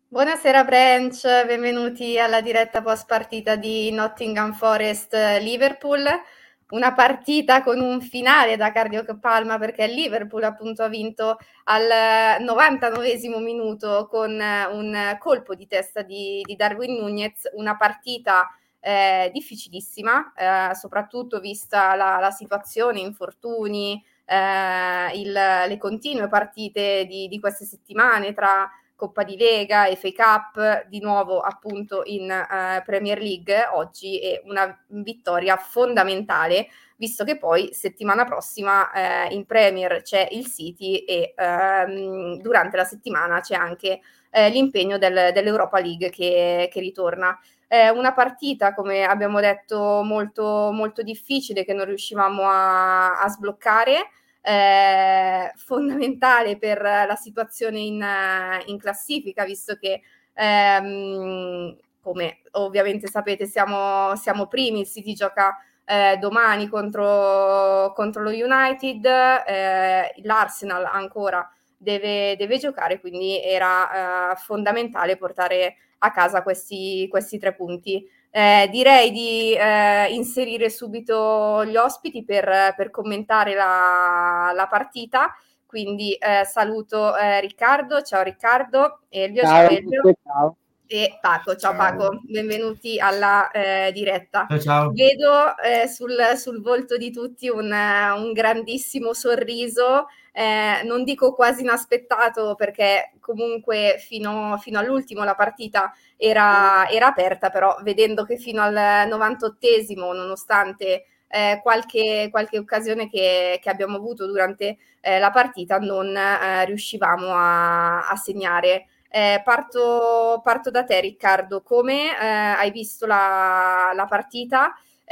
Buonasera Branch, benvenuti alla diretta post partita di Nottingham Forest Liverpool, una partita con un finale da cardiopalma perché il Liverpool appunto ha vinto al 99esimo minuto con un colpo di testa di Darwin Núñez, una partita difficilissima, soprattutto vista la situazione, infortuni, le continue partite di queste settimane tra Coppa di Lega, FA Cup, di nuovo appunto in Premier League oggi, è una vittoria fondamentale, visto che poi settimana prossima in Premier c'è il City e durante la settimana c'è anche l'impegno dell'Europa League che ritorna. Una partita, come abbiamo detto, molto, molto difficile che non riuscivamo a sbloccare, fondamentale per la situazione in classifica, visto che come ovviamente sapete siamo primi, il City gioca domani contro lo United, l'Arsenal ancora deve giocare, quindi era fondamentale portare a casa questi 3 punti. Direi di inserire subito gli ospiti per commentare la partita. Quindi saluto Riccardo, ciao Riccardo, Elvio, ciao Ciao, Elvio, ciao. e Paco, ciao Ciao. Paco, benvenuti alla diretta. Ciao, ciao. Vedo sul volto di tutti un grandissimo sorriso, non dico quasi inaspettato perché comunque fino all'ultimo la partita era aperta, però vedendo che fino al 98esimo, nonostante qualche occasione che abbiamo avuto durante la partita, non riuscivamo a segnare. Parto da te, Riccardo. Come hai visto la partita?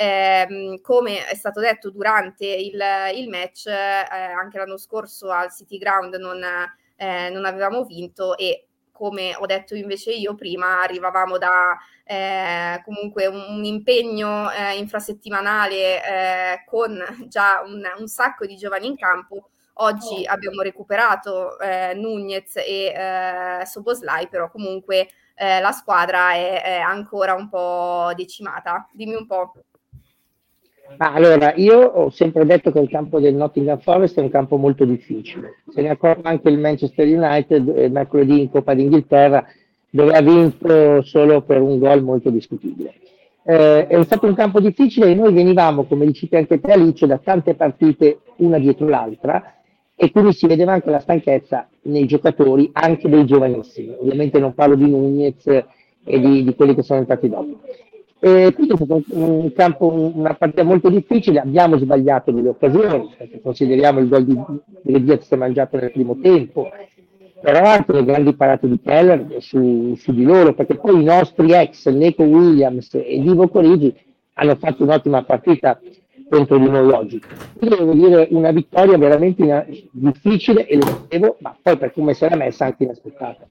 Come è stato detto durante il match, anche l'anno scorso al City Ground non avevamo vinto e come ho detto invece io prima, arrivavamo da comunque un impegno infrasettimanale con già un sacco di giovani in campo. Oggi abbiamo recuperato Núñez e Szoboszlai, però comunque la squadra è ancora un po' decimata. Dimmi un po'. Allora, io ho sempre detto che il campo del Nottingham Forest è un campo molto difficile. Se ne accorge anche il Manchester United mercoledì in Coppa d'Inghilterra, dove ha vinto solo per un gol molto discutibile. È stato un campo difficile e noi venivamo, come dicite anche te Alice, da tante partite una dietro l'altra e quindi si vedeva anche la stanchezza nei giocatori, anche dei giovanissimi. Ovviamente non parlo di Núñez e di quelli che sono entrati dopo. Quindi è stato un campo, una partita molto difficile, abbiamo sbagliato delle occasioni, perché consideriamo il gol di Diaz mangiato nel primo tempo, però anche le grandi parate di Keller su di loro, perché poi i nostri ex, Neco Williams e Divo Corigi, hanno fatto un'ottima partita contro di noi oggi. Quindi devo dire una vittoria veramente difficile e lo sapevo, ma poi per come si era messa anche inaspettata.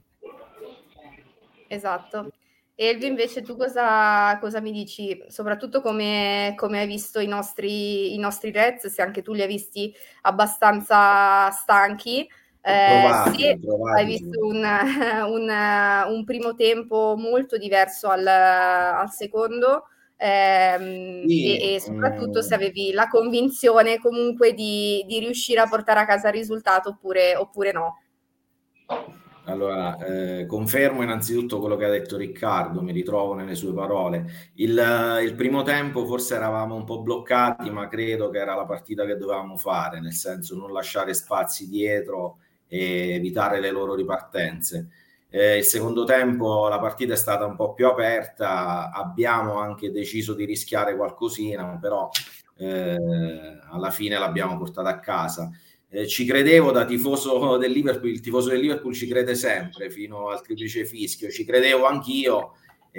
Esatto. Elvio, invece tu cosa mi dici? Soprattutto come hai visto i nostri Reds, se anche tu li hai visti abbastanza stanchi, Ho se hai provati. visto un primo tempo molto diverso al secondo, Sì, e soprattutto se avevi la convinzione comunque di riuscire a portare a casa il risultato oppure no. allora, confermo innanzitutto quello che ha detto Riccardo, mi ritrovo nelle sue parole. Il primo tempo forse eravamo un po' bloccati, ma credo che era la partita che dovevamo fare, nel senso non lasciare spazi dietro e evitare le loro ripartenze. Il secondo tempo la partita è stata un po' più aperta, abbiamo anche deciso di rischiare qualcosina, però alla fine l'abbiamo portata a casa. Ci credevo da tifoso del Liverpool, il tifoso del Liverpool ci crede sempre fino al triplice fischio, ci credevo anch'io,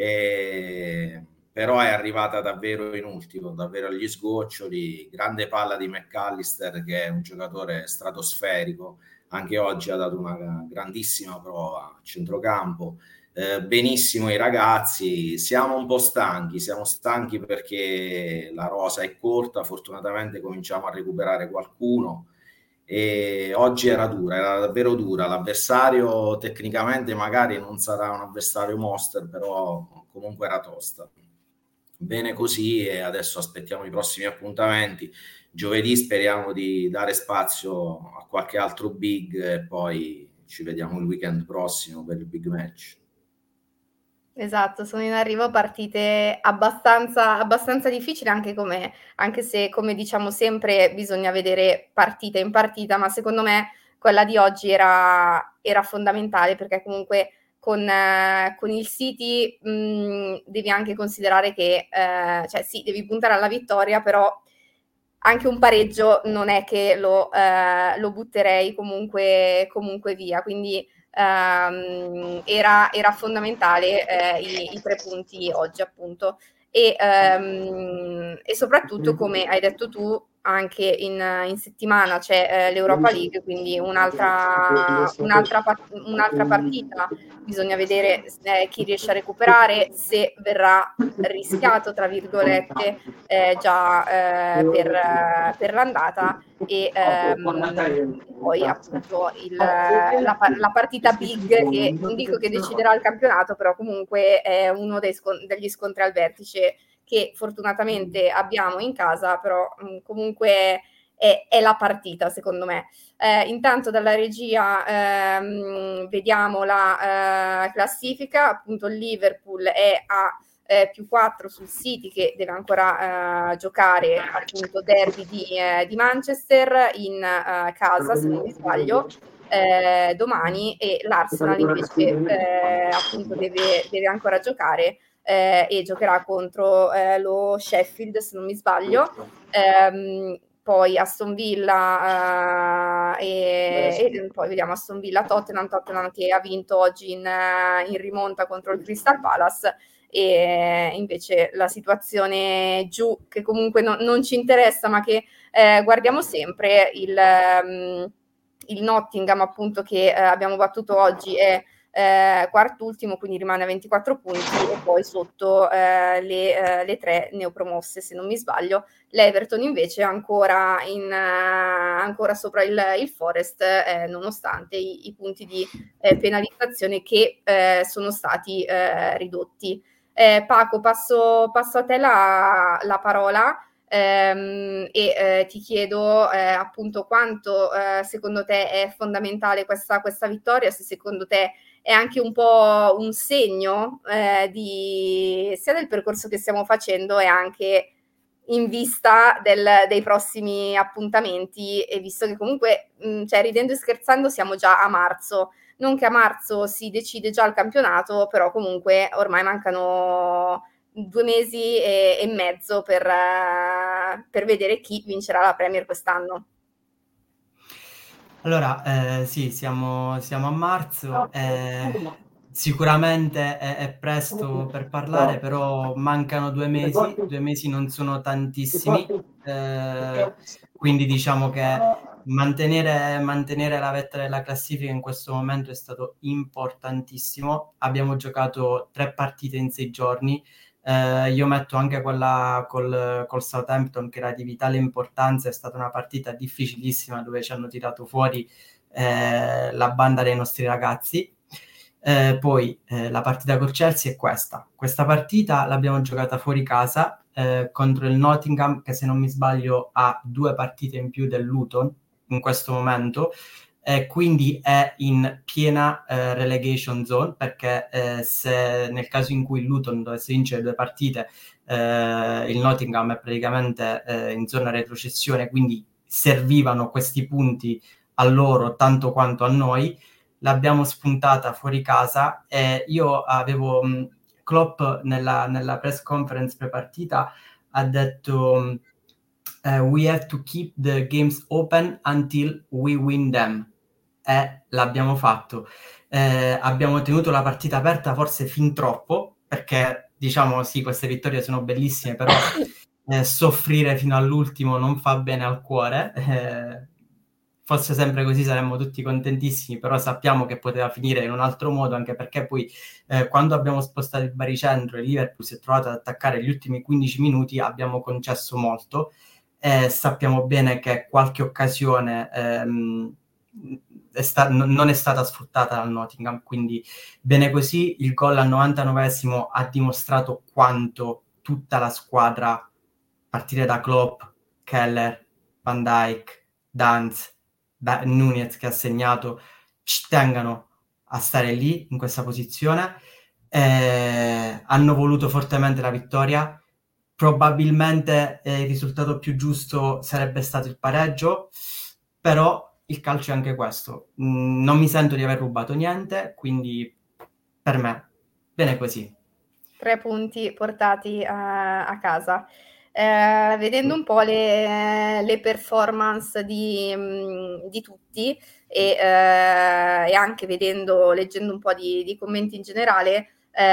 però è arrivata davvero in ultimo, davvero agli sgoccioli, grande palla di McAllister che è un giocatore stratosferico, anche oggi ha dato una grandissima prova a centrocampo. Benissimo i ragazzi, siamo stanchi perché la rosa è corta, fortunatamente cominciamo a recuperare qualcuno e oggi era dura, era davvero dura. L'avversario tecnicamente magari non sarà un avversario monster, però comunque era tosta. Bene così, e adesso aspettiamo i prossimi appuntamenti. Giovedì speriamo di dare spazio a qualche altro big e poi ci vediamo il weekend prossimo per il big match. Esatto, sono in arrivo partite abbastanza difficili, anche se, come diciamo sempre, bisogna vedere partita in partita, ma secondo me quella di oggi era fondamentale, perché comunque con il City devi anche considerare che, cioè sì, devi puntare alla vittoria, però anche un pareggio non è che lo butterei comunque via, quindi era fondamentale i 3 punti oggi, appunto. E soprattutto, come hai detto tu, anche in settimana c'è l'Europa League, quindi un'altra partita. Bisogna vedere chi riesce a recuperare, se verrà rischiato, tra virgolette, già per l'andata, e poi appunto la partita big, che non dico che deciderà il campionato, però comunque è uno degli scontri al vertice che fortunatamente abbiamo in casa, però comunque è la partita, secondo me. Intanto dalla regia vediamo la classifica. Appunto il Liverpool è a più 4 sul City, che deve ancora giocare appunto derby di Manchester in casa, se non mi sbaglio, domani, e l'Arsenal invece appunto deve ancora giocare e giocherà contro lo Sheffield, se non mi sbaglio. Poi Aston Villa e poi vediamo Aston Villa Tottenham che ha vinto oggi in rimonta contro il Crystal Palace, e invece la situazione giù, che comunque non ci interessa, ma che guardiamo sempre, il Nottingham, appunto, che abbiamo battuto oggi, è quart'ultimo, quindi rimane a 24 punti, e poi sotto le 3 neopromosse, se non mi sbaglio. L'Everton invece è ancora sopra il Forest, nonostante i punti di penalizzazione che sono stati ridotti. Paco, passo a te la parola. E ti chiedo appunto quanto secondo te è fondamentale questa vittoria, se secondo te è anche un po' un segno sia del percorso che stiamo facendo, e anche in vista dei prossimi appuntamenti, e visto che comunque, cioè, ridendo e scherzando, siamo già a marzo. Non che a marzo si decide già il campionato, però comunque ormai mancano 2 mesi e mezzo per vedere chi vincerà la Premier quest'anno. Allora, sì, siamo a marzo, sicuramente è presto per parlare, però mancano 2 mesi non sono tantissimi, quindi diciamo che mantenere la vetta della classifica in questo momento è stato importantissimo. Abbiamo giocato 3 partite in 6 giorni. Io metto anche quella col Southampton, che era di vitale importanza. È stata una partita difficilissima, dove ci hanno tirato fuori la banda dei nostri ragazzi. Poi la partita col Chelsea è questa partita l'abbiamo giocata fuori casa contro il Nottingham, che se non mi sbaglio ha 2 partite in più del Luton in questo momento, quindi è in piena relegation zone, perché se nel caso in cui il Luton dovesse vincere 2 partite, il Nottingham è praticamente in zona retrocessione, quindi servivano questi punti a loro tanto quanto a noi. L'abbiamo spuntata fuori casa, e io avevo Klopp nella press conference pre-partita ha detto we have to keep the games open until we win them, e l'abbiamo fatto. Abbiamo tenuto la partita aperta forse fin troppo, perché diciamo sì, queste vittorie sono bellissime, però soffrire fino all'ultimo non fa bene al cuore. Fosse sempre così saremmo tutti contentissimi, però sappiamo che poteva finire in un altro modo, anche perché poi quando abbiamo spostato il baricentro e Liverpool si è trovato ad attaccare gli ultimi 15 minuti abbiamo concesso molto. sappiamo bene che qualche occasione non è stata sfruttata dal Nottingham, quindi bene così. Il gol al 99esimo ha dimostrato quanto tutta la squadra, a partire da Klopp, Keller, Van Dijk, Danz, Nunez che ha segnato, ci tengano a stare lì in questa posizione. Hanno voluto fortemente la vittoria. Probabilmente il risultato più giusto sarebbe stato il pareggio, però il calcio è anche questo. Non mi sento di aver rubato niente, quindi per me bene così. 3 punti portati a casa. Vedendo un po' le performance di tutti e anche leggendo un po' di commenti in generale,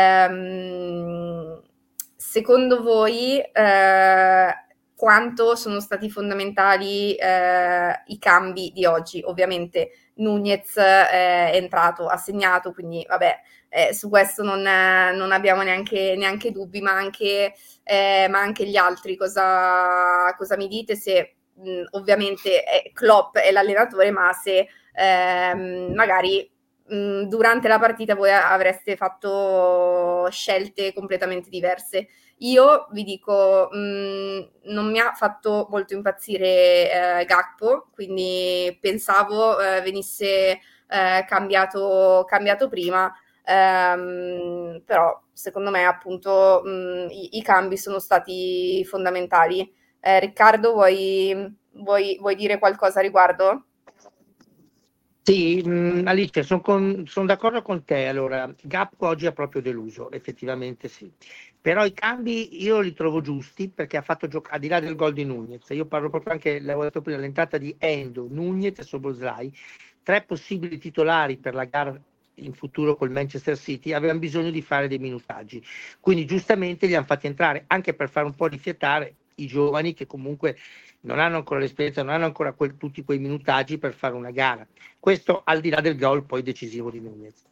secondo voi quanto sono stati fondamentali i cambi di oggi? Ovviamente Nunez è entrato, ha segnato, quindi vabbè, su questo non abbiamo neanche dubbi, ma anche gli altri. Cosa mi dite? Se ovviamente Klopp è l'allenatore, ma se magari durante la partita voi avreste fatto scelte completamente diverse. Io vi dico, non mi ha fatto molto impazzire Gakpo, quindi pensavo venisse cambiato prima, però secondo me appunto i cambi sono stati fondamentali. Riccardo, vuoi dire qualcosa a riguardo? Sì, Alice, sono d'accordo con te. Allora, Gakpo oggi ha proprio deluso, effettivamente sì. Però i cambi io li trovo giusti perché ha fatto giocare, al di là del gol di Nunez, io parlo proprio anche, l'avevo detto prima, l'entrata di Endo, Nunez e Szoboszlai, 3 possibili titolari per la gara in futuro col Manchester City, avevano bisogno di fare dei minutaggi. Quindi giustamente li hanno fatti entrare, anche per fare un po' rifiatare i giovani che comunque non hanno ancora l'esperienza, non hanno ancora tutti quei minutaggi per fare una gara. Questo al di là del gol poi decisivo di Nunez.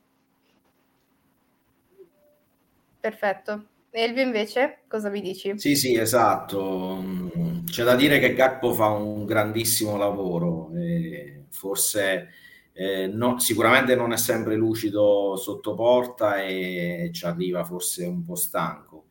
Perfetto. Elvio invece, cosa mi dici? Sì, esatto. C'è da dire che Gakpo fa un grandissimo lavoro, forse sicuramente non è sempre lucido sotto porta e ci arriva forse un po' stanco.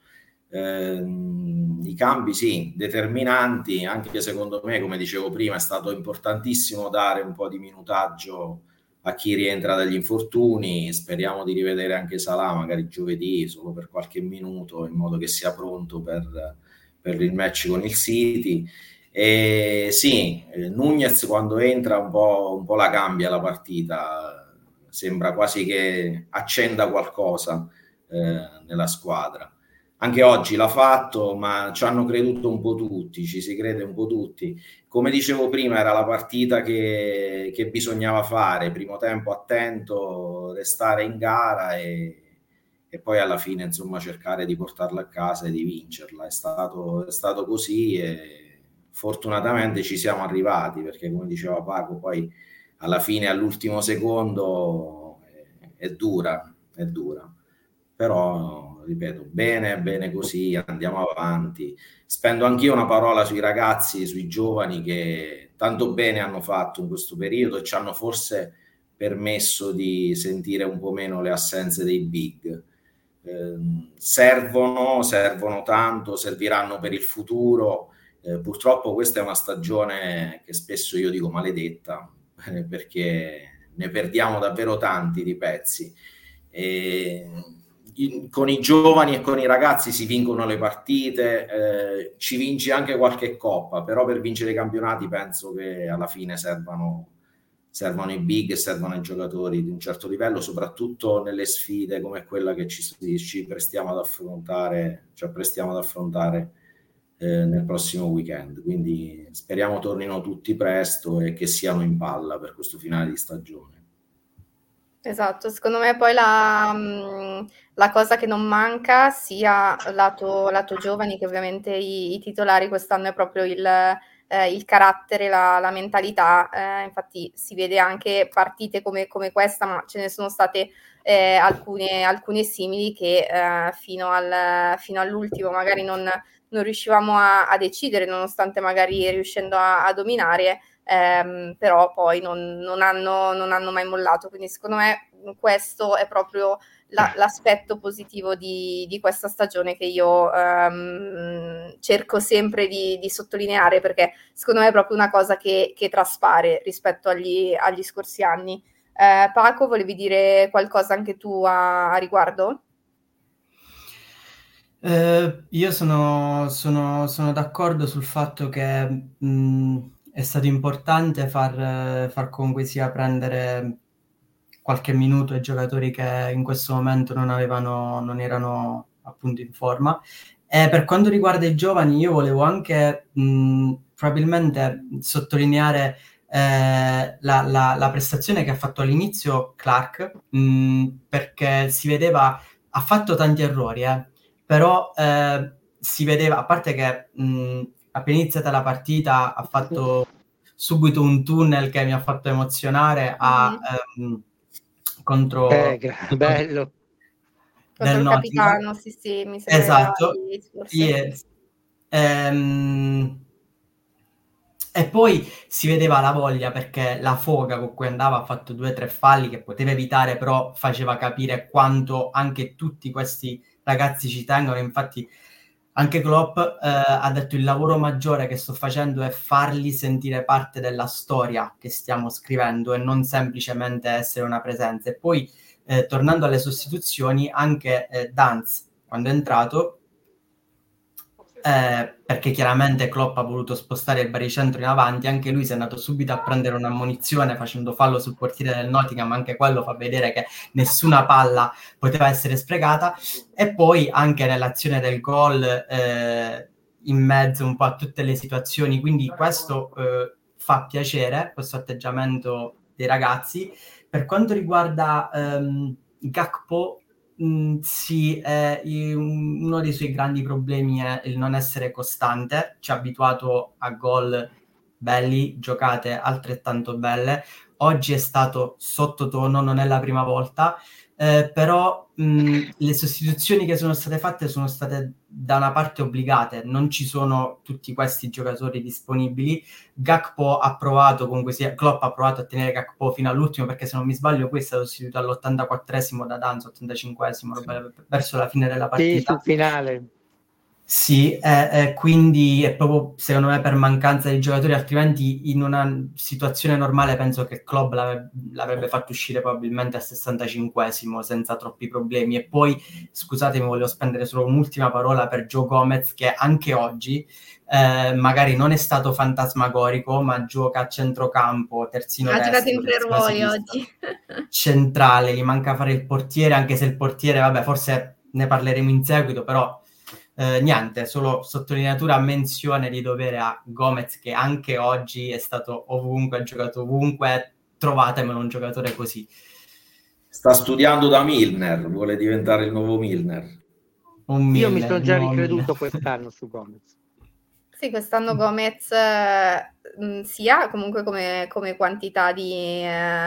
I cambi sì, determinanti, anche secondo me, come dicevo prima, è stato importantissimo dare un po' di minutaggio a chi rientra dagli infortuni. Speriamo di rivedere anche Salah magari giovedì solo per qualche minuto, in modo che sia pronto per il match con il City. E sì, Nunez quando entra un po' la cambia la partita, sembra quasi che accenda qualcosa nella squadra. Anche oggi l'ha fatto, ma ci hanno creduto un po' tutti, ci si crede un po' tutti. Come dicevo prima, era la partita che bisognava fare, primo tempo attento, restare in gara e poi alla fine insomma cercare di portarla a casa e di vincerla. È stato così e fortunatamente ci siamo arrivati, perché come diceva Paco, poi alla fine, all'ultimo secondo, è dura. Però, ripeto, bene così, andiamo avanti. Spendo anch'io una parola sui ragazzi, sui giovani che tanto bene hanno fatto in questo periodo e ci hanno forse permesso di sentire un po' meno le assenze dei big. Servono tanto, serviranno per il futuro. Purtroppo questa è una stagione che spesso io dico maledetta, perché ne perdiamo davvero tanti di pezzi. Con i giovani e con i ragazzi si vincono le partite, ci vinci anche qualche coppa, però per vincere i campionati penso che alla fine servano i big e servono i giocatori di un certo livello, soprattutto nelle sfide come quella che ci prestiamo ad affrontare, nel prossimo weekend. Quindi speriamo tornino tutti presto e che siano in palla per questo finale di stagione. Esatto, secondo me poi la cosa che non manca sia lato giovani, che ovviamente i titolari quest'anno è proprio il carattere, la mentalità. Infatti si vede anche partite come questa, ma ce ne sono state alcune simili che fino all'ultimo magari non non riuscivamo a decidere, nonostante magari riuscendo a dominare, però poi non hanno mai mollato. Quindi secondo me questo è proprio l'aspetto positivo di questa stagione che io cerco sempre di sottolineare, perché secondo me è proprio una cosa che traspare rispetto agli scorsi anni. Paco, volevi dire qualcosa anche tu a riguardo? Io sono d'accordo sul fatto che è stato importante far comunque sia prendere qualche minuto ai giocatori che in questo momento non erano appunto in forma. E per quanto riguarda i giovani, io volevo anche probabilmente sottolineare la prestazione che ha fatto all'inizio Clark, perché si vedeva, ha fatto tanti errori, però si vedeva, a parte che appena iniziata la partita ha fatto subito un tunnel che mi ha fatto emozionare contro bello. Contro il Nottingham. capitano, sì, mi sembra Esatto. che E poi si vedeva la voglia, perché la foga con cui andava, ha fatto 2 o 3 falli che poteva evitare, però faceva capire quanto anche tutti questi ragazzi ci tengono. Infatti anche Klopp ha detto: il lavoro maggiore che sto facendo è farli sentire parte della storia che stiamo scrivendo e non semplicemente essere una presenza. E poi tornando alle sostituzioni, anche Danz, quando è entrato, perché chiaramente Klopp ha voluto spostare il baricentro in avanti, anche lui si è andato subito a prendere un'ammonizione facendo fallo sul portiere del Nottingham, anche quello fa vedere che nessuna palla poteva essere sprecata. E poi anche nell'azione del gol, in mezzo un po' a tutte le situazioni, quindi questo fa piacere, questo atteggiamento dei ragazzi. Per quanto riguarda Gakpo, sì, uno dei suoi grandi problemi è il non essere costante. Ci ha abituato a gol belli, giocate altrettanto belle. Oggi è stato sottotono, non è la prima volta, però le sostituzioni che sono state fatte sono state da una parte obbligate, non ci sono tutti questi giocatori disponibili. Gakpo ha provato, comunque sia, Klopp ha provato a tenere Gakpo fino all'ultimo, perché se non mi sbaglio poi è stato sostituito all'84esimo da Danz, 85esimo, verso la fine della partita. Sì, sul finale. Sì, quindi è proprio, secondo me, per mancanza di giocatori, altrimenti in una situazione normale penso che Klopp l'avrebbe fatto uscire probabilmente al 65esimo senza troppi problemi. E poi, scusatemi, volevo spendere solo un'ultima parola per Joe Gomez, che anche oggi magari non è stato fantasmagorico, ma gioca a centrocampo, terzino ha giocato destro, in 3 terzino ruoli sinistro, oggi. centrale, gli manca fare il portiere, anche se il portiere, vabbè, forse ne parleremo in seguito, però niente, solo sottolineatura, menzione di dovere a Gomez, che anche oggi è stato ovunque, ha giocato ovunque. Trovatemelo un giocatore così. Sta studiando da Milner, vuole diventare il nuovo Milner. Io mi sono già ricreduto quest'anno su Gomez. Sì, quest'anno Gomez sia comunque come quantità di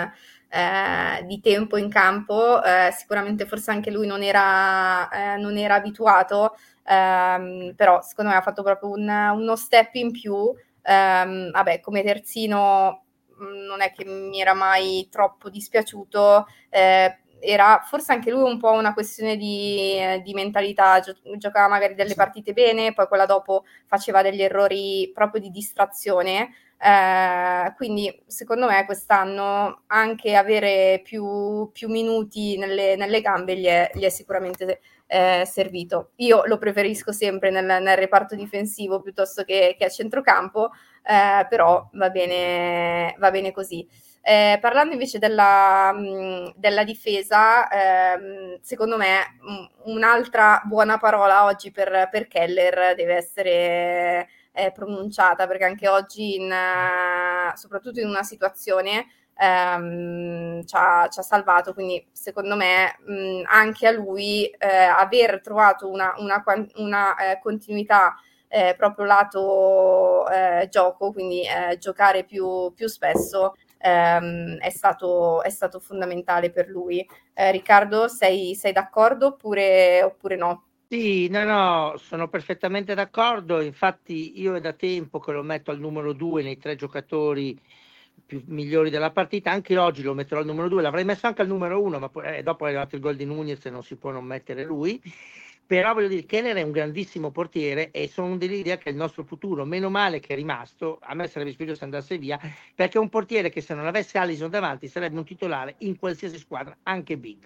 tempo in campo, sicuramente forse anche lui non era abituato, però secondo me ha fatto proprio uno step in più. Vabbè, come terzino non è che mi era mai troppo dispiaciuto, era forse anche lui un po' una questione di mentalità, giocava magari delle partite bene, poi quella dopo faceva degli errori proprio di distrazione, quindi secondo me quest'anno anche avere più minuti nelle gambe gli è sicuramente servito. Io lo preferisco sempre nel reparto difensivo piuttosto che a centrocampo, però va bene così. Parlando invece della difesa, secondo me un'altra buona parola oggi per Keller deve essere pronunciata, perché anche oggi soprattutto in una situazione ci ha salvato, quindi secondo me anche a lui aver trovato una continuità proprio lato gioco, oppure giocare più spesso è stato fondamentale per lui. Riccardo, sei d'accordo oppure no? Sì, no, sono perfettamente d'accordo. Infatti io è da tempo che lo metto al numero 2 nei 3 giocatori migliori della partita. Anche oggi lo metterò al numero 2, l'avrei messo anche al numero 1, ma poi, dopo è arrivato il gol di Nunez e non si può non mettere lui. Però voglio dire, Kenner è un grandissimo portiere e sono dell'idea che è il nostro futuro. Meno male che è rimasto, a me sarebbe dispiaciuto se andasse via, perché è un portiere che se non avesse Alisson davanti sarebbe un titolare in qualsiasi squadra, anche big.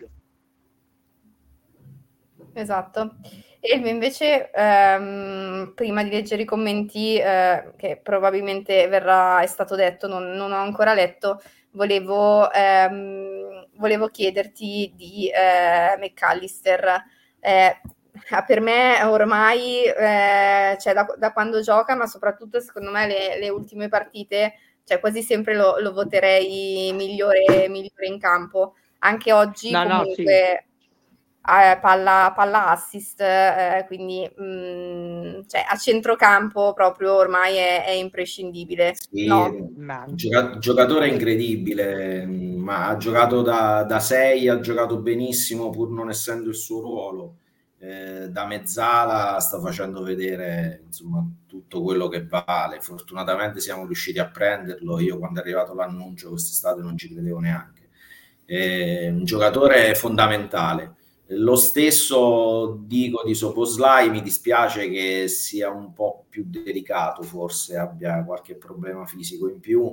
Esatto. E invece, prima di leggere i commenti, che probabilmente è stato detto, non ho ancora letto, volevo chiederti di McAllister. Per me ormai, cioè da quando gioca, ma soprattutto secondo me le ultime partite, cioè quasi sempre lo voterei migliore in campo. Anche oggi comunque... Sì. Palla assist, quindi cioè a centrocampo proprio ormai è imprescindibile. Sì, No? giocatore incredibile, ma ha giocato da 6, ha giocato benissimo pur non essendo il suo ruolo. Da mezzala sta facendo vedere insomma tutto quello che vale. Fortunatamente siamo riusciti a prenderlo. Io quando è arrivato l'annuncio quest'estate non ci credevo neanche. Un giocatore fondamentale. Lo stesso dico di Szoboszlai, mi dispiace che sia un po' più delicato, forse abbia qualche problema fisico in più,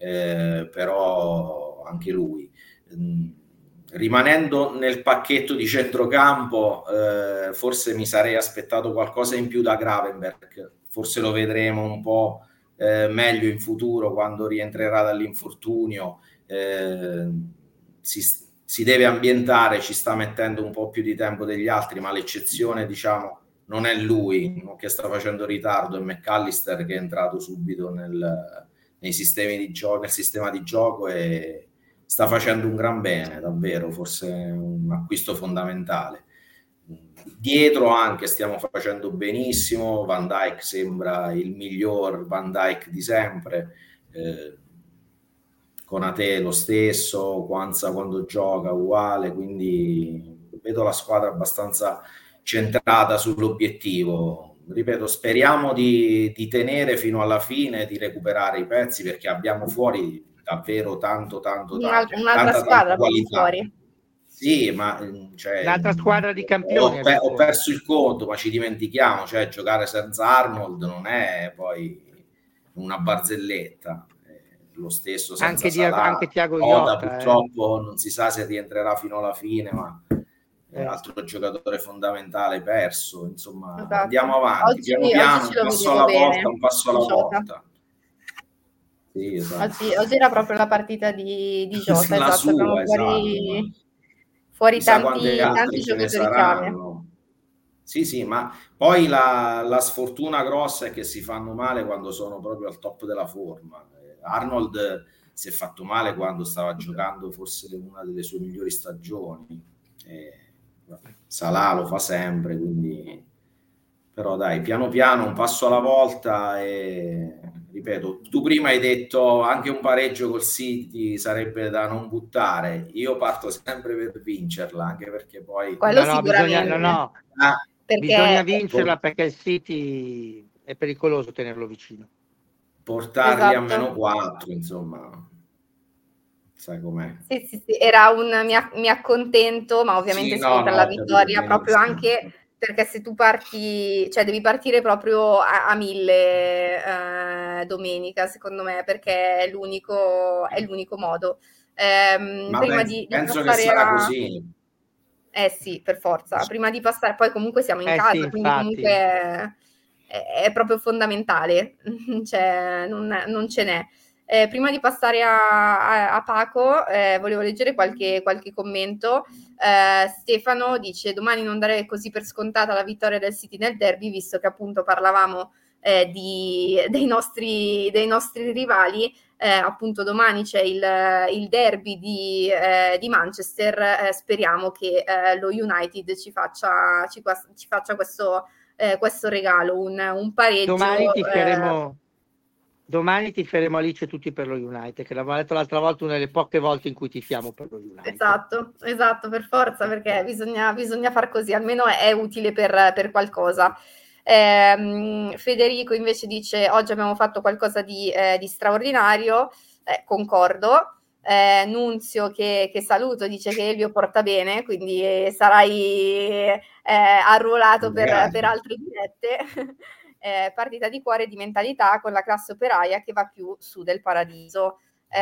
però anche lui. Rimanendo nel pacchetto di centrocampo, forse mi sarei aspettato qualcosa in più da Gravenberch, forse lo vedremo un po' meglio in futuro quando rientrerà dall'infortunio. Si deve ambientare, ci sta mettendo un po' più di tempo degli altri, ma l'eccezione, diciamo, non è lui che sta facendo ritardo, è McAllister che è entrato subito nei sistemi di gioco, nel sistema di gioco e sta facendo un gran bene, davvero, forse un acquisto fondamentale. Dietro anche stiamo facendo benissimo, Van Dijk sembra il miglior Van Dijk di sempre, Konate lo stesso, Quansah quando gioca uguale, quindi vedo la squadra abbastanza centrata sull'obiettivo. Ripeto, speriamo di tenere fino alla fine, di recuperare i pezzi, perché abbiamo fuori davvero tanta squadra qualità. Fuori. Sì, ma cioè, l'altra squadra di campioni ho perso il conto, ma ci dimentichiamo, cioè giocare senza Arnold non è poi una barzelletta. Lo stesso senza Salah. Anche Thiago Iota, purtroppo non si sa se rientrerà fino alla fine, ma è altro giocatore fondamentale perso, insomma. Esatto. Andiamo avanti, piano piano, un passo alla volta, un passo alla volta. Sì, esatto. Oggi era proprio la partita di Jota, la esatto, sua, fuori tanti giocatori chiave. Sì, ma poi la sfortuna grossa è che si fanno male quando sono proprio al top della forma. Arnold si è fatto male quando stava giocando forse una delle sue migliori stagioni. Salah lo fa sempre, quindi però dai, piano piano, un passo alla volta e ripeto, tu prima hai detto anche un pareggio col City sarebbe da non buttare. Io parto sempre per vincerla, anche perché poi bisogna vincerla perché il City è pericoloso tenerlo vicino. Portarli a -4, insomma, sai com'è. Sì, era un mi accontento, ma ovviamente per la vittoria, proprio anche perché se tu parti, cioè devi partire proprio a 1000 domenica, secondo me, perché è l'unico modo. Ma prima penso che sarà così. Sì, per forza. Prima di passare, poi comunque siamo in casa, sì, quindi comunque è proprio fondamentale, cioè non ce n'è. Prima di passare a Paco, volevo leggere qualche commento. Stefano dice: domani non darei così per scontata la vittoria del City nel derby, visto che appunto parlavamo dei nostri rivali. Appunto domani c'è il derby di Manchester, speriamo che lo United ci faccia questo regalo, un pareggio. Domani domani tiferemo Alice tutti per lo United, che l'avevamo detto l'altra volta, una delle poche volte in cui tifiamo per lo United. Esatto, per forza, perché bisogna far così, almeno è utile per qualcosa. Federico invece dice: oggi abbiamo fatto qualcosa di straordinario, concordo. Nunzio che saluto dice che Elvio porta bene, quindi sarai arruolato per altre dirette. Partita di cuore e di mentalità con la classe operaia che va più su del paradiso.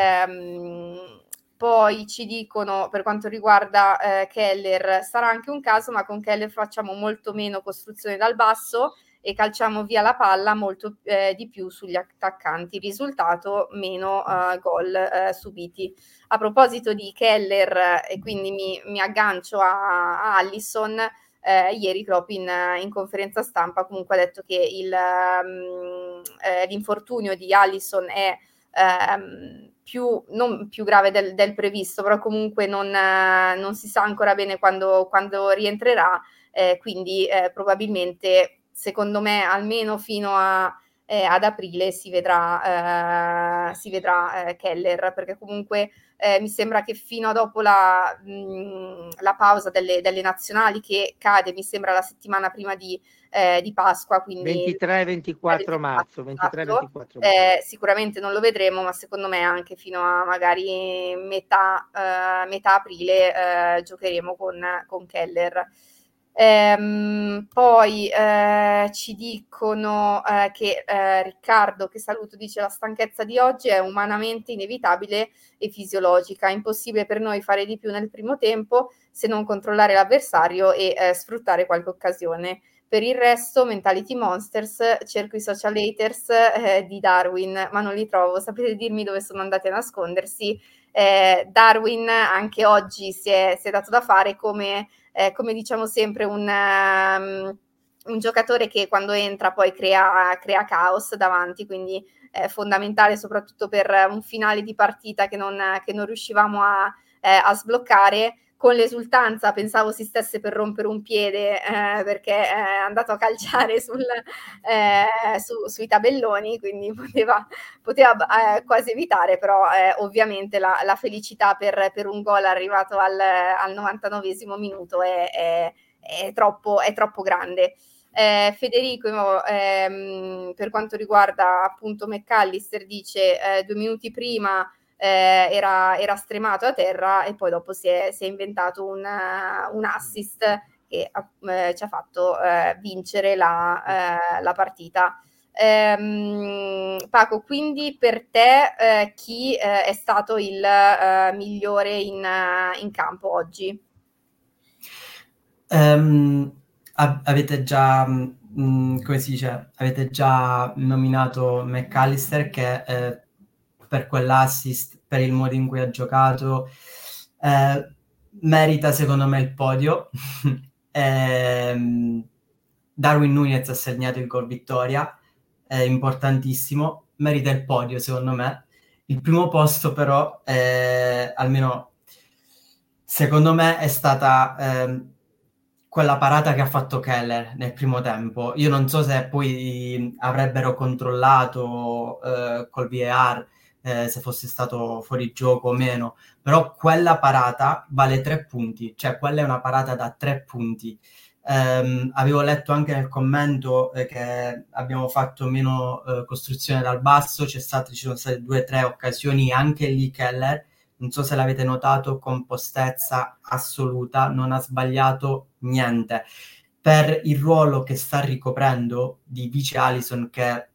Poi ci dicono, per quanto riguarda Keller, sarà anche un caso, ma con Keller facciamo molto meno costruzione dal basso e calciamo via la palla molto di più sugli attaccanti. Risultato, meno gol subiti. A proposito di Keller, e quindi mi aggancio a Alisson, ieri proprio in conferenza stampa comunque ha detto che l'infortunio di Alisson è non più grave del previsto, però comunque non si sa ancora bene quando rientrerà, quindi probabilmente, secondo me, almeno fino ad aprile si vedrà Keller, perché comunque mi sembra che fino a dopo la pausa delle nazionali, che cade mi sembra la settimana prima di Pasqua, quindi 23-24 marzo, sicuramente non lo vedremo, ma secondo me anche fino a magari metà aprile giocheremo con Keller. Poi ci dicono che Riccardo, che saluto, dice: la stanchezza di oggi è umanamente inevitabile e fisiologica, è impossibile per noi fare di più nel primo tempo se non controllare l'avversario e sfruttare qualche occasione. Per il resto, Mentality Monsters, cerco i social haters di Darwin, ma non li trovo. Sapete dirmi dove sono andati a nascondersi? Darwin anche oggi si è dato da fare come diciamo sempre un giocatore che quando entra poi crea caos davanti, quindi è fondamentale soprattutto per un finale di partita che non riuscivamo a sbloccare. Con l'esultanza pensavo si stesse per rompere un piede perché è andato a calciare sui tabelloni, quindi poteva quasi evitare, però ovviamente la felicità per un gol arrivato al 99esimo minuto è troppo grande. Federico, per quanto riguarda appunto McAllister, dice 2 minuti prima era stremato a terra e poi dopo si è inventato un assist che ci ha fatto vincere la partita. Paco, quindi per te chi è stato il migliore in campo oggi? Avete già come si dice, avete già nominato McAllister che per quell'assist, per il modo in cui ha giocato, merita secondo me il podio. Darwin Núñez ha segnato il gol vittoria, è importantissimo, merita il podio secondo me. Il primo posto però, almeno secondo me, è stata quella parata che ha fatto Keller nel primo tempo. Io non so se poi avrebbero controllato col VAR se fosse stato fuori gioco o meno, però quella parata vale 3 punti, cioè quella è una parata da 3 punti. Avevo letto anche nel commento che abbiamo fatto meno costruzione dal basso, ci sono state 2 o 3 occasioni, anche lì Keller, non so se l'avete notato, compostezza assoluta, non ha sbagliato niente. Per il ruolo che sta ricoprendo di vice Alisson, che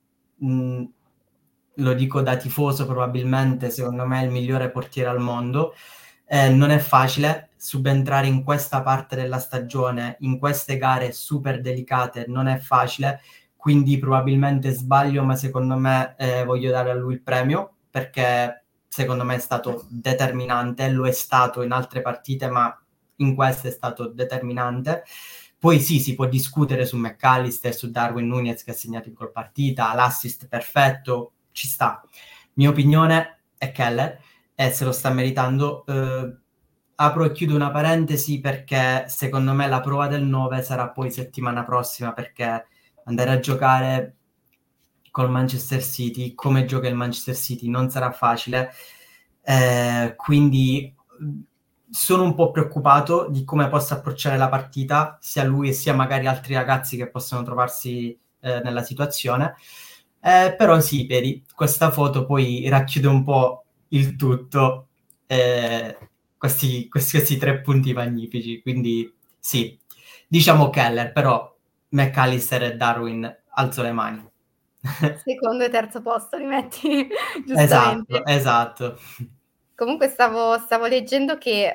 lo dico da tifoso, probabilmente secondo me è il migliore portiere al mondo, non è facile subentrare in questa parte della stagione, in queste gare super delicate, non è facile, quindi probabilmente sbaglio, ma secondo me voglio dare a lui il premio, perché secondo me è stato determinante, lo è stato in altre partite, ma in questa è stato determinante. Poi sì, si può discutere su McAllister, su Darwin Núñez che ha segnato in quel partita, l'assist perfetto, ci sta. Mia opinione è Keller e se lo sta meritando. Apro e chiudo una parentesi perché secondo me la prova del 9 sarà poi settimana prossima, perché andare a giocare col Manchester City, come gioca il Manchester City non sarà facile, quindi sono un po' preoccupato di come possa approcciare la partita, sia lui e sia magari altri ragazzi che possono trovarsi nella situazione. Però sì, vedi, questa foto poi racchiude un po' il tutto, questi 3 punti magnifici, quindi sì, diciamo Keller, però McAllister e Darwin alzo le mani. Secondo e terzo posto li metti, giustamente. Esatto. Comunque stavo leggendo che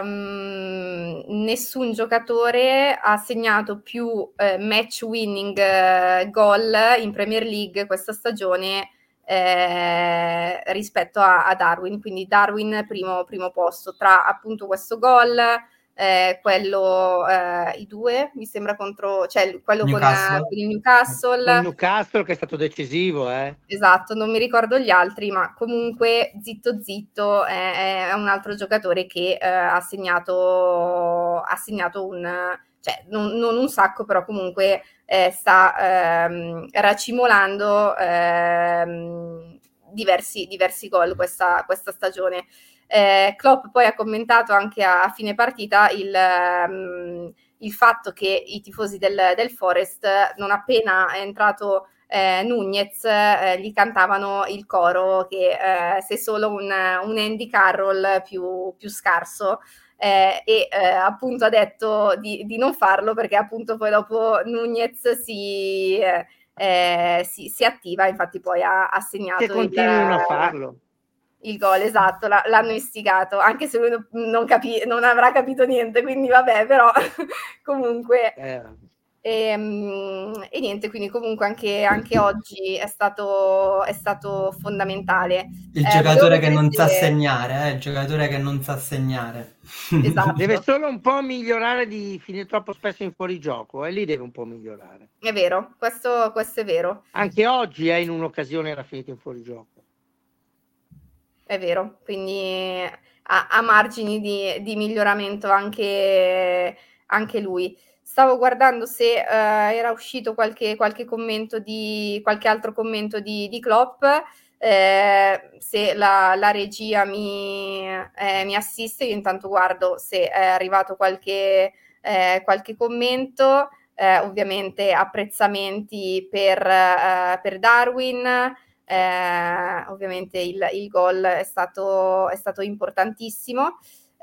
nessun giocatore ha segnato più match winning goal in Premier League questa stagione rispetto a Darwin, quindi Darwin primo posto, tra appunto questo gol, quello i due mi sembra contro, cioè quello con il Newcastle. Con il Newcastle che è stato decisivo, Esatto, non mi ricordo gli altri, ma comunque zitto è un altro giocatore che ha segnato cioè non un sacco, però comunque sta racimolando diversi gol questa stagione. Klopp poi ha commentato anche a fine partita il fatto che i tifosi del Forest, non appena è entrato Nunez, gli cantavano il coro che sei solo un Andy Carroll più scarso, e appunto ha detto di non farlo perché appunto poi dopo Nunez si attiva, infatti poi ha segnato che continuino a farlo. Il gol, esatto, l'hanno istigato, anche se lui non avrà capito niente, quindi vabbè, però comunque e niente, quindi comunque anche oggi è stato fondamentale. Il giocatore che non sa segnare, il giocatore che non sa segnare. Esatto. Deve solo un po' migliorare di finire troppo spesso in fuorigioco, e lì deve un po' migliorare. È vero, questo è vero. Anche oggi in un'occasione era finito in fuorigioco. È vero, quindi ha margini di miglioramento anche lui. Stavo guardando se era uscito qualche commento qualche altro commento di Klopp, se la regia mi assiste. Io intanto guardo se è arrivato qualche commento, ovviamente apprezzamenti per Darwin. Ovviamente il gol è stato importantissimo.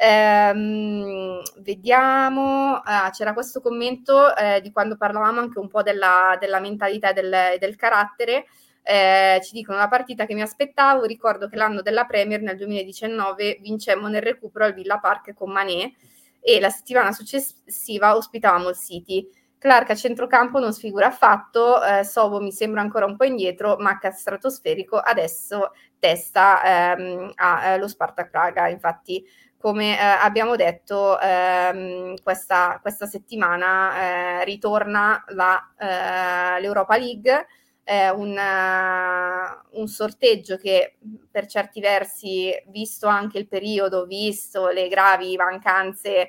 Vediamo, c'era questo commento di quando parlavamo anche un po' della mentalità e del carattere. Ci dicono: la partita che mi aspettavo, ricordo che l'anno della Premier nel 2019 vincemmo nel recupero al Villa Park con Mané e la settimana successiva ospitavamo il City. Clark a centrocampo non sfigura affatto, Sobo mi sembra ancora un po' indietro, Macca stratosferico, adesso testa allo Spartak Praga. Infatti, come abbiamo detto, questa settimana ritorna l'Europa League, un sorteggio che per certi versi, visto anche il periodo, visto le gravi mancanze,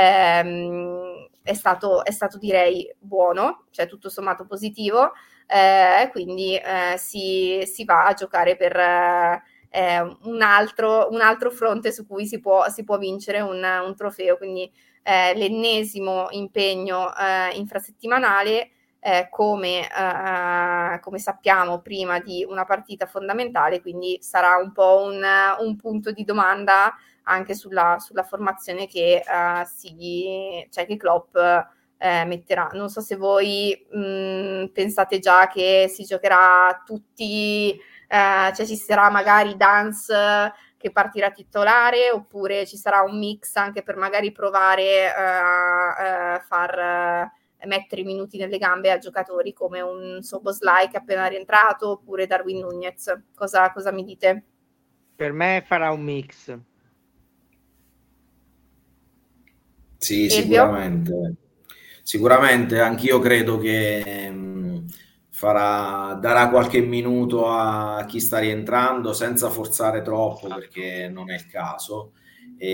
è stato direi buono, cioè tutto sommato positivo, quindi si va a giocare per un altro fronte su cui si può vincere un trofeo, quindi l'ennesimo impegno infrasettimanale, come sappiamo, prima di una partita fondamentale, quindi sarà un po' un punto di domanda anche sulla formazione che che Klopp metterà. Non so se voi pensate già che si giocherà tutti, cioè ci sarà magari Dance che partirà titolare, oppure ci sarà un mix anche per magari provare a far mettere i minuti nelle gambe a giocatori come un Szoboszlai che è appena rientrato, oppure Darwin Nunez. Cosa mi dite? Per me farà un mix. Sì, sicuramente anch'io credo che darà qualche minuto a chi sta rientrando senza forzare troppo, perché non è il caso.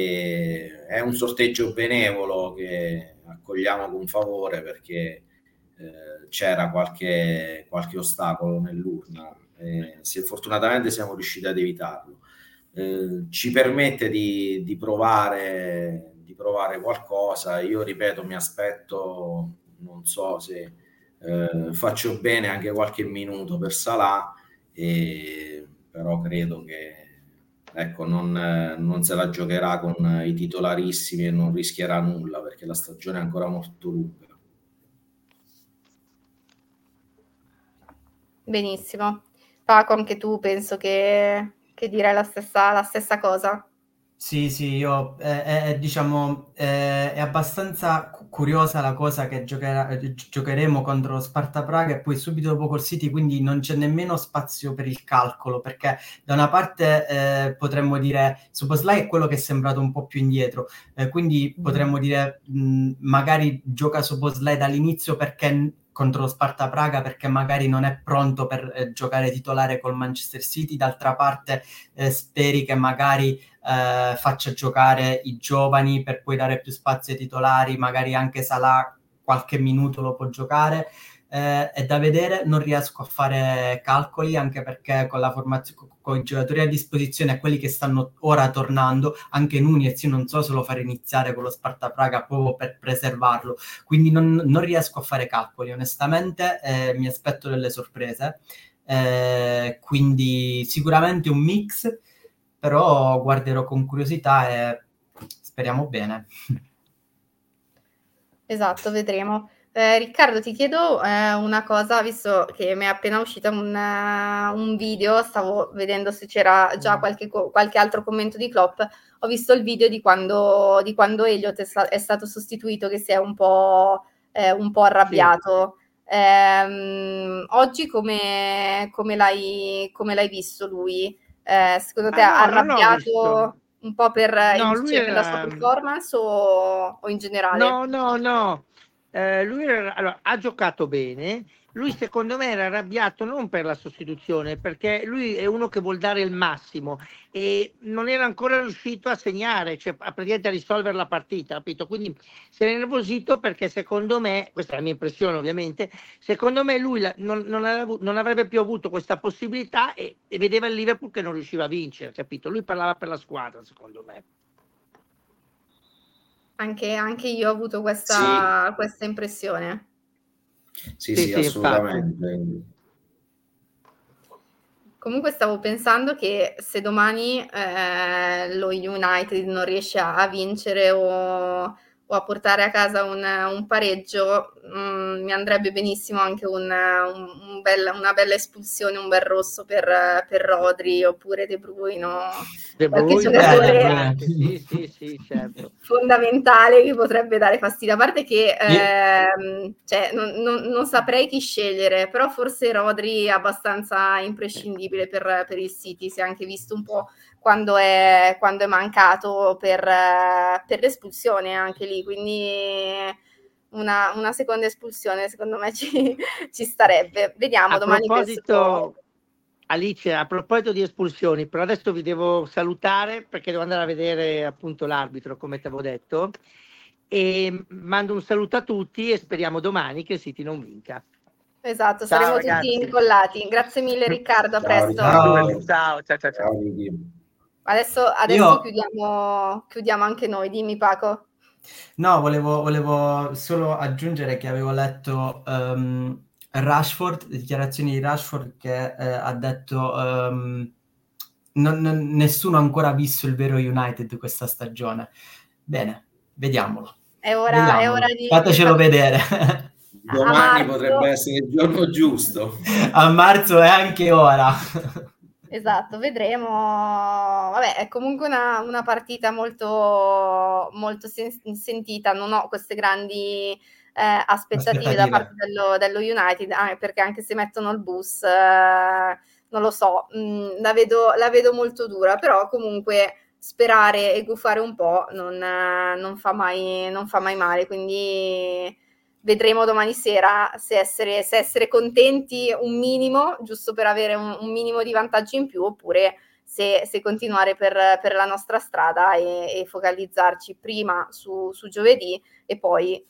È un sorteggio benevolo che accogliamo con favore, perché c'era qualche ostacolo nell'urna. Fortunatamente siamo riusciti ad evitarlo. Ci permette di provare qualcosa. Io ripeto, mi aspetto, non so se faccio bene anche qualche minuto per Salah, però credo che ecco, non se la giocherà con i titolarissimi e non rischierà nulla, perché la stagione è ancora molto lunga. Benissimo. Paco, anche tu penso che direi la stessa cosa. Sì, io diciamo è abbastanza curiosa la cosa che giocheremo contro lo Sparta Praga e poi subito dopo col City, quindi non c'è nemmeno spazio per il calcolo, perché da una parte potremmo dire Szoboszlai è quello che è sembrato un po' più indietro, quindi potremmo dire magari gioca Szoboszlai dall'inizio perché contro lo Sparta Praga, perché magari non è pronto per giocare titolare col Manchester City. D'altra parte speri che magari faccia giocare i giovani per poi dare più spazio ai titolari, magari anche Salah qualche minuto lo può giocare. È da vedere, non riesco a fare calcoli, anche perché con la formazione, con i giocatori a disposizione e quelli che stanno ora tornando, anche Nunez io non so se lo fare iniziare con lo Sparta Praga proprio per preservarlo, quindi non riesco a fare calcoli onestamente, mi aspetto delle sorprese, quindi sicuramente un mix, però guarderò con curiosità e speriamo bene. Esatto, vedremo. Riccardo, ti chiedo una cosa, visto che mi è appena uscito un video, stavo vedendo se c'era già qualche altro commento di Klopp. Ho visto il video di quando Elliott è stato sostituito, che si è un po' arrabbiato. Sì. Oggi come l'hai visto lui? Secondo te ha arrabbiato un po' per la sua performance o in generale? No. Lui allora, ha giocato bene. Lui secondo me era arrabbiato non per la sostituzione, perché lui è uno che vuol dare il massimo e non era ancora riuscito a segnare, cioè praticamente a risolvere la partita, capito? Quindi si era nervosito perché secondo me, questa è la mia impressione ovviamente, secondo me lui non avrebbe più avuto questa possibilità e vedeva il Liverpool che non riusciva a vincere, capito? Lui parlava per la squadra, secondo me. Anche io ho avuto questa impressione. Sì, assolutamente. Infatti. Comunque stavo pensando che se domani lo United non riesce a vincere o a portare a casa un pareggio, mi andrebbe benissimo anche una bella espulsione, un bel rosso per Rodri oppure De Bruyne, qualche giocatore sì, certo. fondamentale che potrebbe dare fastidio. A parte che cioè, non saprei chi scegliere, però forse Rodri è abbastanza imprescindibile per il City, si è anche visto un po' quando è mancato per l'espulsione anche lì, quindi una seconda espulsione secondo me ci starebbe. Vediamo domani. Alice, a proposito di espulsioni, però adesso vi devo salutare perché devo andare a vedere appunto l'arbitro, come ti avevo detto, e mando un saluto a tutti e speriamo domani che il City non vinca. Esatto, saremo tutti incollati. Grazie mille Riccardo, a presto. Ciao. Adesso chiudiamo anche noi, dimmi Paco. No, volevo solo aggiungere che avevo letto Rashford, le dichiarazioni di Rashford che ha detto nessuno ha ancora visto il vero United questa stagione. Bene, vediamolo. È ora di fatecelo vedere. Domani potrebbe essere il giorno giusto. A marzo è anche ora. Esatto, vedremo. Vabbè, è comunque una partita molto, molto sentita. Non ho queste grandi aspettative da parte dello United, perché anche se mettono il bus, non lo so, la vedo molto dura, però comunque sperare e gufare un po' non fa mai male, quindi vedremo domani sera se essere contenti un minimo, giusto per avere un minimo di vantaggio in più, oppure se continuare per la nostra strada e focalizzarci prima su giovedì e poi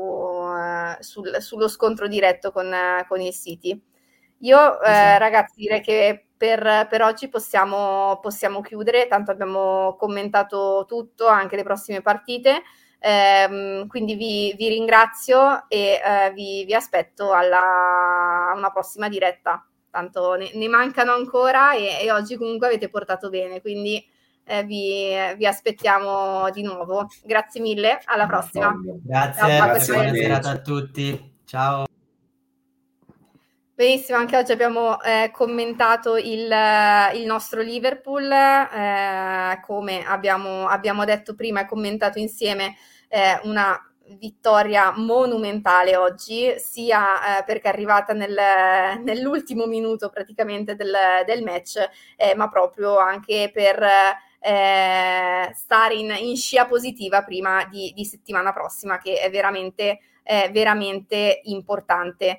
sullo scontro diretto con il City. Io ragazzi direi che per oggi possiamo chiudere, tanto abbiamo commentato tutto, anche le prossime partite, quindi vi ringrazio e vi aspetto a una prossima diretta, tanto ne mancano ancora e oggi comunque avete portato bene, quindi vi aspettiamo di nuovo. Grazie mille, alla prossima. Grazie, buona serata a tutti, ciao. Benissimo, anche oggi abbiamo commentato il nostro Liverpool, come abbiamo detto prima e commentato insieme, una vittoria monumentale oggi, sia perché è arrivata nell'ultimo minuto praticamente del match, ma proprio anche per stare in scia positiva prima di settimana prossima, che è veramente importante.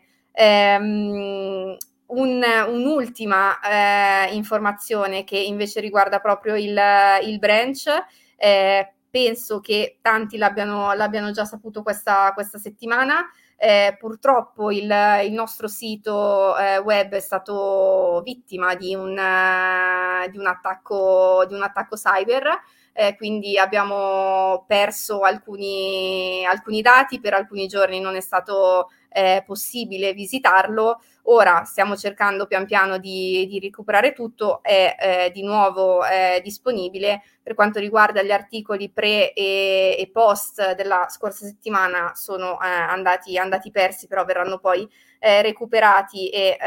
Un'ultima informazione che invece riguarda proprio il branch, penso che tanti l'abbiano già saputo questa settimana. Purtroppo il nostro sito web è stato vittima di un attacco cyber, quindi abbiamo perso alcuni dati, per alcuni giorni non è stato possibile visitarlo. Ora stiamo cercando pian piano di recuperare tutto, è di nuovo disponibile. Per quanto riguarda gli articoli pre e post della scorsa settimana sono andati persi, però verranno poi recuperati e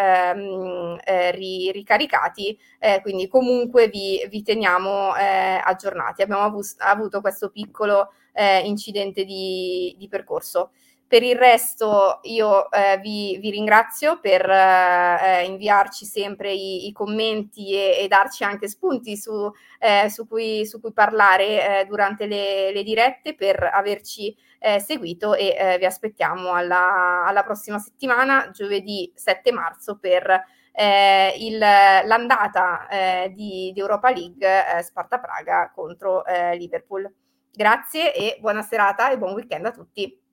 ricaricati, quindi comunque vi teniamo aggiornati. Abbiamo avuto questo piccolo incidente di percorso. Per il resto io vi ringrazio per inviarci sempre i commenti e darci anche spunti su cui parlare durante le dirette, per averci seguito, e vi aspettiamo alla prossima settimana, giovedì 7 marzo, per l'andata di Europa League, Sparta Praga contro Liverpool. Grazie e buona serata e buon weekend a tutti.